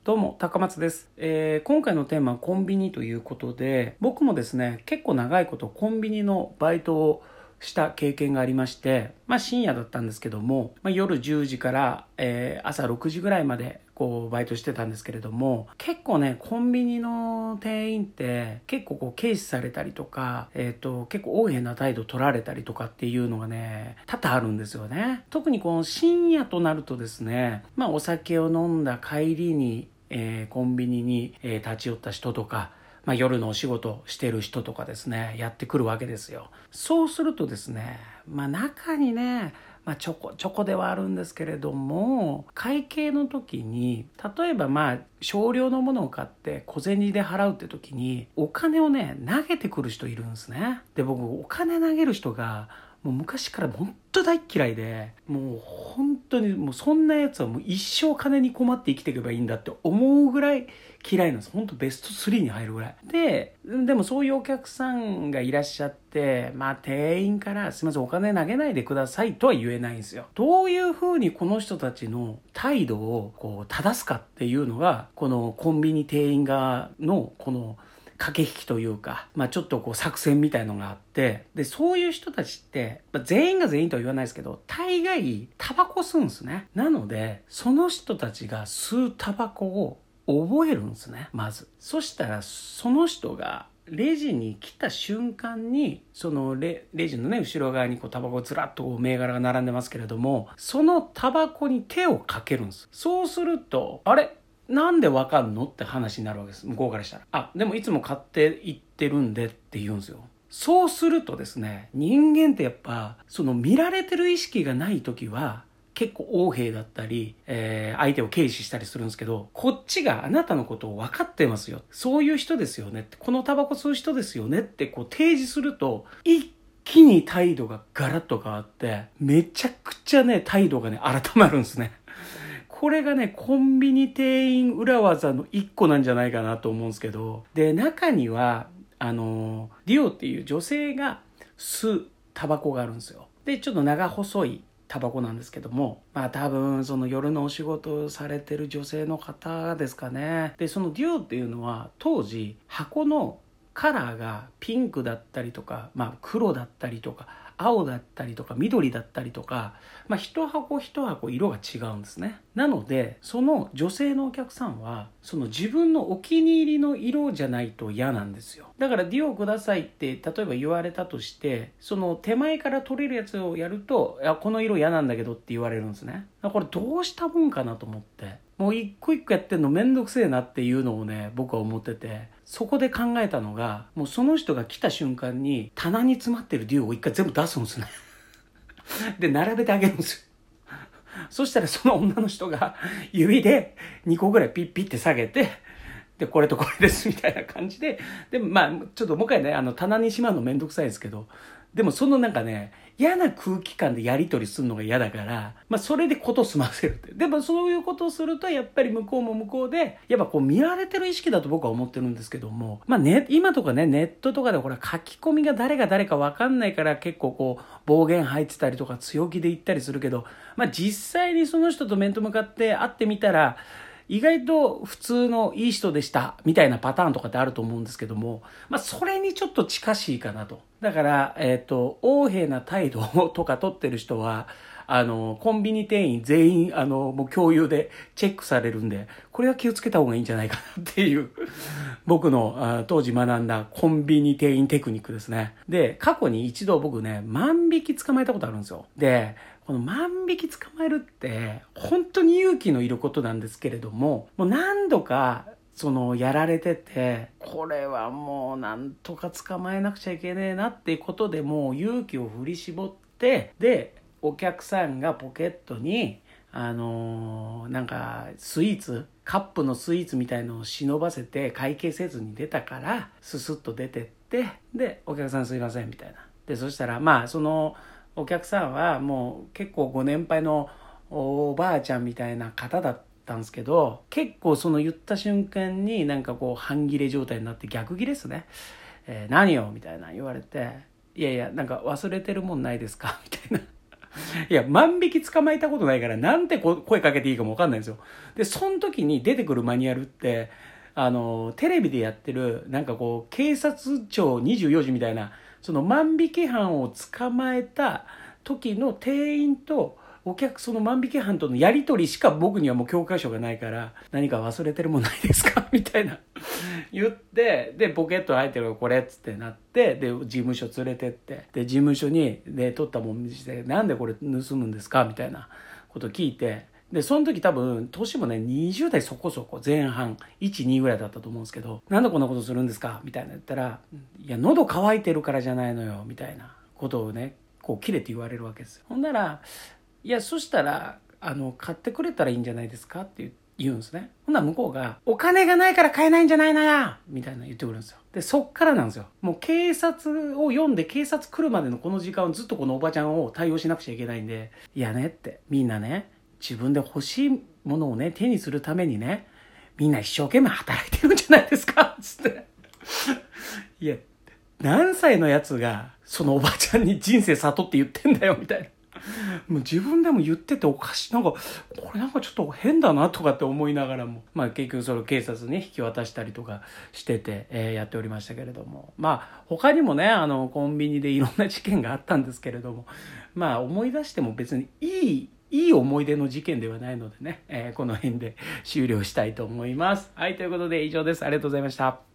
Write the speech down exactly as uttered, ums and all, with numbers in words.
どうも高松です、えー、今回のテーマはコンビニということで、僕もですね結構長いことコンビニのバイトをした経験がありまして、まあ、深夜だったんですけども、まあ、夜じゅうじから、えー、朝ろくじぐらいまでこうバイトしてたんですけれども、結構ねコンビニの店員って結構こう軽視されたりとか、えー、と結構横柄な態度取られたりとかっていうのがね多々あるんですよね。特にこの深夜となるとですね、まあ、お酒を飲んだ帰りに、えー、コンビニに、えー、立ち寄った人とか、まあ、夜のお仕事してる人とかですねやってくるわけですよ。そうするとですね、まあ、中にね、まあ、ちょこちょこではあるんですけれども、会計の時に例えばまあ少量のものを買って小銭で払うって時にお金をね投げてくる人いるんですね。で僕お金投げる人がもう昔から本当大っ嫌いで、もう本当にもうそんなやつはもう一生金に困って生きていけばいいんだって思うぐらい嫌いなんです。本当ベストスリーに入るぐらいで、でもそういうお客さんがいらっしゃって、まあ店員からすいませんお金投げないでくださいとは言えないんですよ。どういうふうにこの人たちの態度をこう正すかっていうのが、このコンビニ店員側のこの駆け引きというか、まあ、ちょっとこう作戦みたいのがあって、でそういう人たちって、まあ、全員が全員とは言わないですけど大概タバコ吸うんですね。なのでその人たちが吸うタバコを覚えるんですね、まず。そしたらその人がレジに来た瞬間に、その レ, レジのね後ろ側にこうタバコずらっと銘柄が並んでますけれども、そのタバコに手をかけるんです。そうすると、あれなんでわかんのって話になるわけです。向こうからしたら。あ、でもいつも買っていってるんでって言うんですよ。そうするとですね、人間ってやっぱその見られてる意識がない時は結構横柄だったり、えー、相手を軽視したりするんですけど、こっちがあなたのことを分かってますよ、そういう人ですよねって、このタバコ吸う人ですよねってこう提示すると、一気に態度がガラッと変わって、めちゃくちゃね態度がね改まるんですね。これがねコンビニ店員裏技の一個なんじゃないかなと思うんですけど、で中にはあのディオっていう女性が吸うタバコがあるんですよ。でちょっと長細いタバコなんですけども、まあ多分その夜のお仕事をされてる女性の方ですかね。でそのデュオっていうのは当時箱のカラーがピンクだったりとか、まあ黒だったりとか青だったりとか緑だったりとか、まあ一箱一箱色が違うんですね。なのでその女性のお客さんはその自分のお気に入りの色じゃないと嫌なんですよ。だからディオくださいって例えば言われたとして、その手前から取れるやつをやると、いやこの色嫌なんだけどって言われるんですね。だからこれどうしたもんかなと思って、もう一個一個やってんのめんどくせえなっていうのをね僕は思ってて、そこで考えたのが、もうその人が来た瞬間に棚に詰まってるデュオを一回全部出すんですね。で並べてあげるんですよ。そしたらその女の人が指でにこぐらいピッピッて下げて、でこれとこれですみたいな感じで、でもまあちょっともう一回ねあの棚にしまうのめんどくさいですけど、でもそのなんかね嫌な空気感でやり取りするのが嫌だから、まあそれでこと済ませるって。でもそういうことをするとやっぱり向こうも向こうでやっぱこう見られてる意識だと僕は思ってるんですけども、まあね今とかねネットとかでほら書き込みが誰が誰か分かんないから結構こう暴言吐いてたりとか強気で言ったりするけど、まあ実際にその人と面と向かって会ってみたら意外と普通のいい人でしたみたいなパターンとかってあると思うんですけども、まあそれにちょっと近しいかなと。だからえっと横柄な態度とか取ってる人はあのコンビニ店員全員あのもう共有でチェックされるんで、これは気をつけた方がいいんじゃないかなっていう僕のあ当時学んだコンビニ店員テクニックですね。で過去に一度僕ね万引き捕まえたことあるんですよ。でこの万引き捕まえるって本当に勇気のいることなんですけれども、もう何度かそのやられてて、これはもうなんとか捕まえなくちゃいけねえなっていうことでもう勇気を振り絞って、でお客さんがポケットにあのー、なんかスイーツカップのスイーツみたいのを忍ばせて会計せずに出たからススッと出てって、でお客さんすいませんみたいな。でそしたらまあそのお客さんはもう結構ご年配のおばあちゃんみたいな方だったんですけど、結構その言った瞬間になんかこう半切れ状態になって逆切れですね、えー、何よみたいな言われて、いやいやなんか忘れてるもんないですかみたいないや、万引き捕まえたことないから、なんてこ声かけていいかもわかんないんですよ。で、その時に出てくるマニュアルって、あの、テレビでやってる、なんかこう、警察庁にじゅうよじみたいな、その万引き犯を捕まえた時の店員と、お客、その万引き犯とのやりとりしか僕にはもう教科書がないから、何か忘れてるもんないですかみたいな。言って、で、ポケット入ってるこれっつってなって、で、事務所連れてって、で、事務所に、で、取ったもん見せて、なんでこれ盗むんですかみたいなこと聞いて、で、その時多分、年もね、にじゅう代そこそこ前半、いち、にぐらいだったと思うんですけど、なんでこんなことするんですかみたいな言ったら、いや、喉乾いてるからじゃないのよ、みたいなことをね、こう、切れて言われるわけですよ。ほんなら、いや、そしたら、あの、買ってくれたらいいんじゃないですかって言うんですね。ほんなら向こうが、お金がないから買えないんじゃないのよみたいな言ってくるんですよ。で、そっからなんですよ。もう警察を読んで、警察来るまでのこの時間をずっとこのおばちゃんを対応しなくちゃいけないんで、いやねって、みんなね、自分で欲しいものをね、手にするためにね、みんな一生懸命働いてるんじゃないですかつって。いや、何歳のやつが、そのおばちゃんに人生悟って言ってんだよみたいな。もう自分でも言ってておかしい。なんか、これなんかちょっと変だなとかって思いながらも。まあ結局その警察に引き渡したりとかしてて、えー、やっておりましたけれども。まあ他にもね、あのコンビニでいろんな事件があったんですけれども、まあ思い出しても別にいい、いい思い出の事件ではないのでね、えー、この辺で終了したいと思います。はい、ということで以上です。ありがとうございました。